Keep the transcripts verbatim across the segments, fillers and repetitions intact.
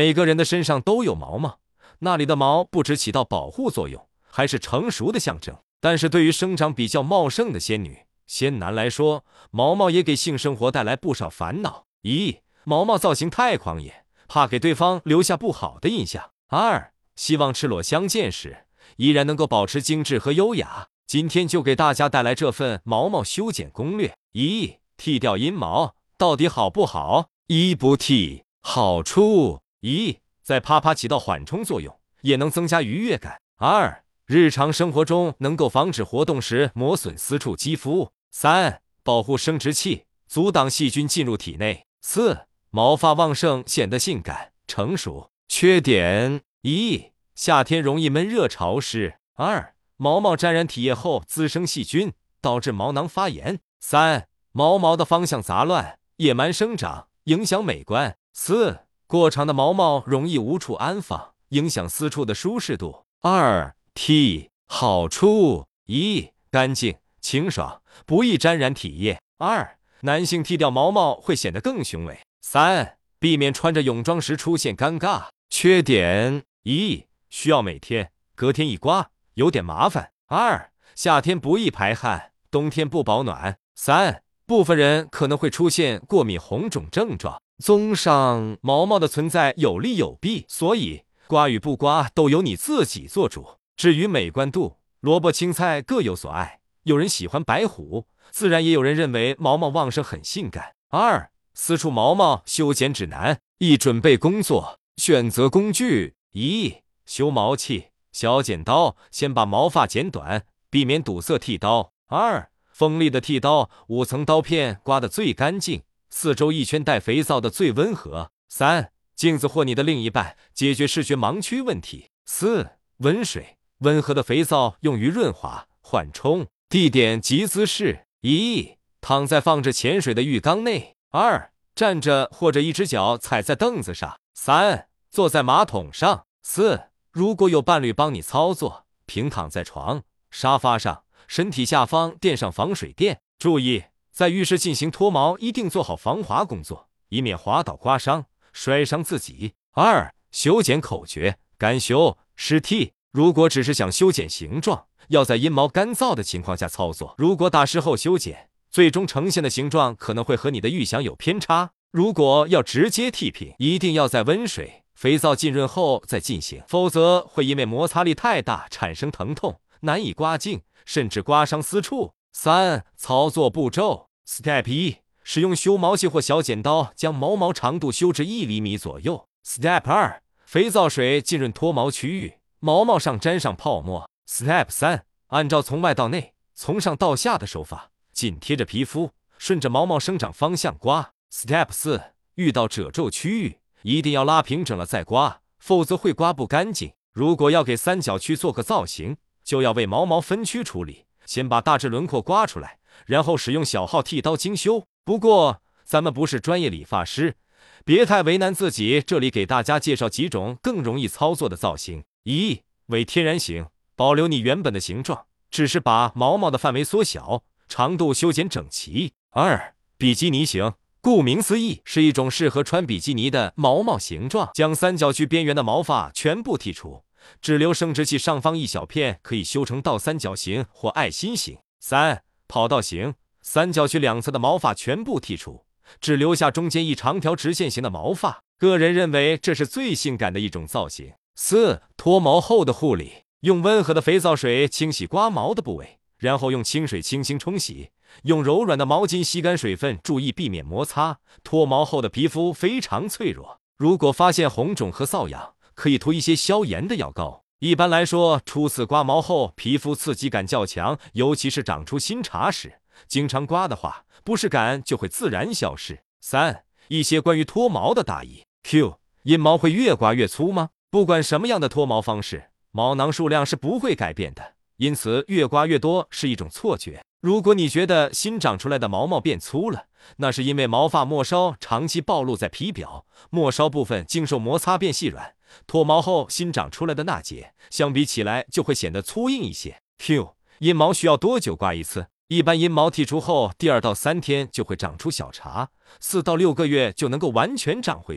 每个人的身上都有毛毛，那里的毛不只起到保护作用，还是成熟的象征。但是对于生长比较茂盛的仙女、仙男来说，毛毛也给性生活带来不少烦恼。一、毛毛造型太狂野，怕给对方留下不好的印象。二、希望赤裸相见时依然能够保持精致和优雅。今天就给大家带来这份毛毛修剪攻略。一、剃掉阴毛到底好不好？一、不剃，好处一、在啪啪起到缓冲作用，也能增加愉悦感。二、日常生活中能够防止活动时磨损私处肌肤。三、保护生殖器，阻挡细菌进入体内。四、毛发旺盛，显得性感成熟。缺点一、夏天容易闷热潮湿。二、毛毛沾染体液后滋生细菌，导致毛囊发炎。三、毛毛的方向杂乱，野蛮生长，影响美观。四、过长的毛毛容易无处安放，影响私处的舒适度。二、剃好处一、干净清爽，不易沾染体液。二、男性剃掉毛毛会显得更雄伟。三、避免穿着泳装时出现尴尬。缺点一、需要每天隔天一刮，有点麻烦。二、夏天不易排汗，冬天不保暖。三、部分人可能会出现过敏红肿症状。综上，毛毛的存在有利有弊，所以刮与不刮都由你自己做主。至于美观度，萝卜青菜各有所爱，有人喜欢白虎，自然也有人认为毛毛旺盛很性感。二、私处毛毛修剪指南。一、准备工作，选择工具。一、修毛器，小剪刀，先把毛发剪短，避免堵塞剃刀。二、锋利的剃刀，五层刀片刮得最干净，四周一圈带肥皂的最温和。三、镜子或你的另一半，解决视觉盲区问题。四、温水，温和的肥皂用于润滑、缓冲。地点及姿势：一、躺在放着潜水的浴缸内。二、站着或者一只脚踩在凳子上。三、坐在马桶上。四、如果有伴侣帮你操作，平躺在床、沙发上，身体下方垫上防水垫。注意，在浴室进行脱毛一定做好防滑工作，以免滑倒刮伤、摔伤自己。二、修剪口诀：干修、湿剃。如果只是想修剪形状，要在阴毛干燥的情况下操作。如果打湿后修剪，最终呈现的形状可能会和你的预想有偏差。如果要直接剃平，一定要在温水、肥皂浸润后再进行，否则会因为摩擦力太大产生疼痛，难以刮净，甚至刮伤私处。三、操作步骤 Step 一、使用修毛器或小剪刀将毛毛长度修至一厘米左右。Step 二、肥皂水浸润脱毛区域，毛毛上沾上泡沫。Step 三、按照从外到内、从上到下的手法，紧贴着皮肤，顺着毛毛生长方向刮。Step 四、遇到褶皱区域，一定要拉平整了再刮，否则会刮不干净。如果要给三角区做个造型，就要为毛毛分区处理，先把大致轮廓刮出来，然后使用小号剃刀精修。不过咱们不是专业理发师，别太为难自己，这里给大家介绍几种更容易操作的造型。一、为天然型，保留你原本的形状，只是把毛毛的范围缩小，长度修剪整齐。二、比基尼型，顾名思义，是一种适合穿比基尼的毛毛形状，将三角区边缘的毛发全部剔除，只留生殖器上方一小片，可以修成倒三角形或爱心形。三、跑道型，三角区两侧的毛发全部剔除，只留下中间一长条直线型的毛发，个人认为这是最性感的一种造型。四、脱毛后的护理，用温和的肥皂水清洗刮毛的部位，然后用清水轻轻冲洗，用柔软的毛巾吸干水分，注意避免摩擦。脱毛后的皮肤非常脆弱，如果发现红肿和瘙痒，可以涂一些消炎的药膏。一般来说，初次刮毛后皮肤刺激感较强，尤其是长出新茬时，经常刮的话，不适感就会自然消失。三、一些关于脱毛的大意。Q、阴毛会越刮越粗吗？不管什么样的脱毛方式，毛囊数量是不会改变的，因此越刮越多是一种错觉。如果你觉得新长出来的毛毛变粗了，那是因为毛发末梢长期暴露在皮表，末梢部分经受摩擦变细软，脱毛后新长出来的那节相比起来就会显得粗硬一些。Q、阴毛需要多久刮一次？一般阴毛剔除后第二到三天就会长出小茬，四到六个月就能够完全长回去。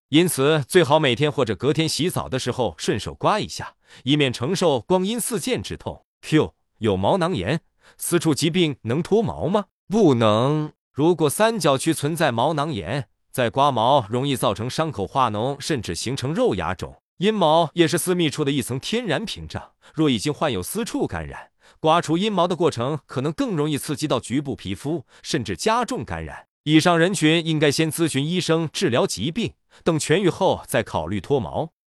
因此最好每天或者隔天洗澡的时候顺手刮一下，以免承受光阴似箭之痛。Q. 有毛囊炎，私处疾病能脱毛吗？不能。如果三角区存在毛囊炎，在刮毛容易造成伤口化脓，甚至形成肉芽肿。阴毛也是私密处的一层天然屏障，若已经患有私处感染，刮除阴毛的过程可能更容易刺激到局部皮肤，甚至加重感染。以上人群应该先咨询医生治疗疾病，等痊愈后再考虑脱毛。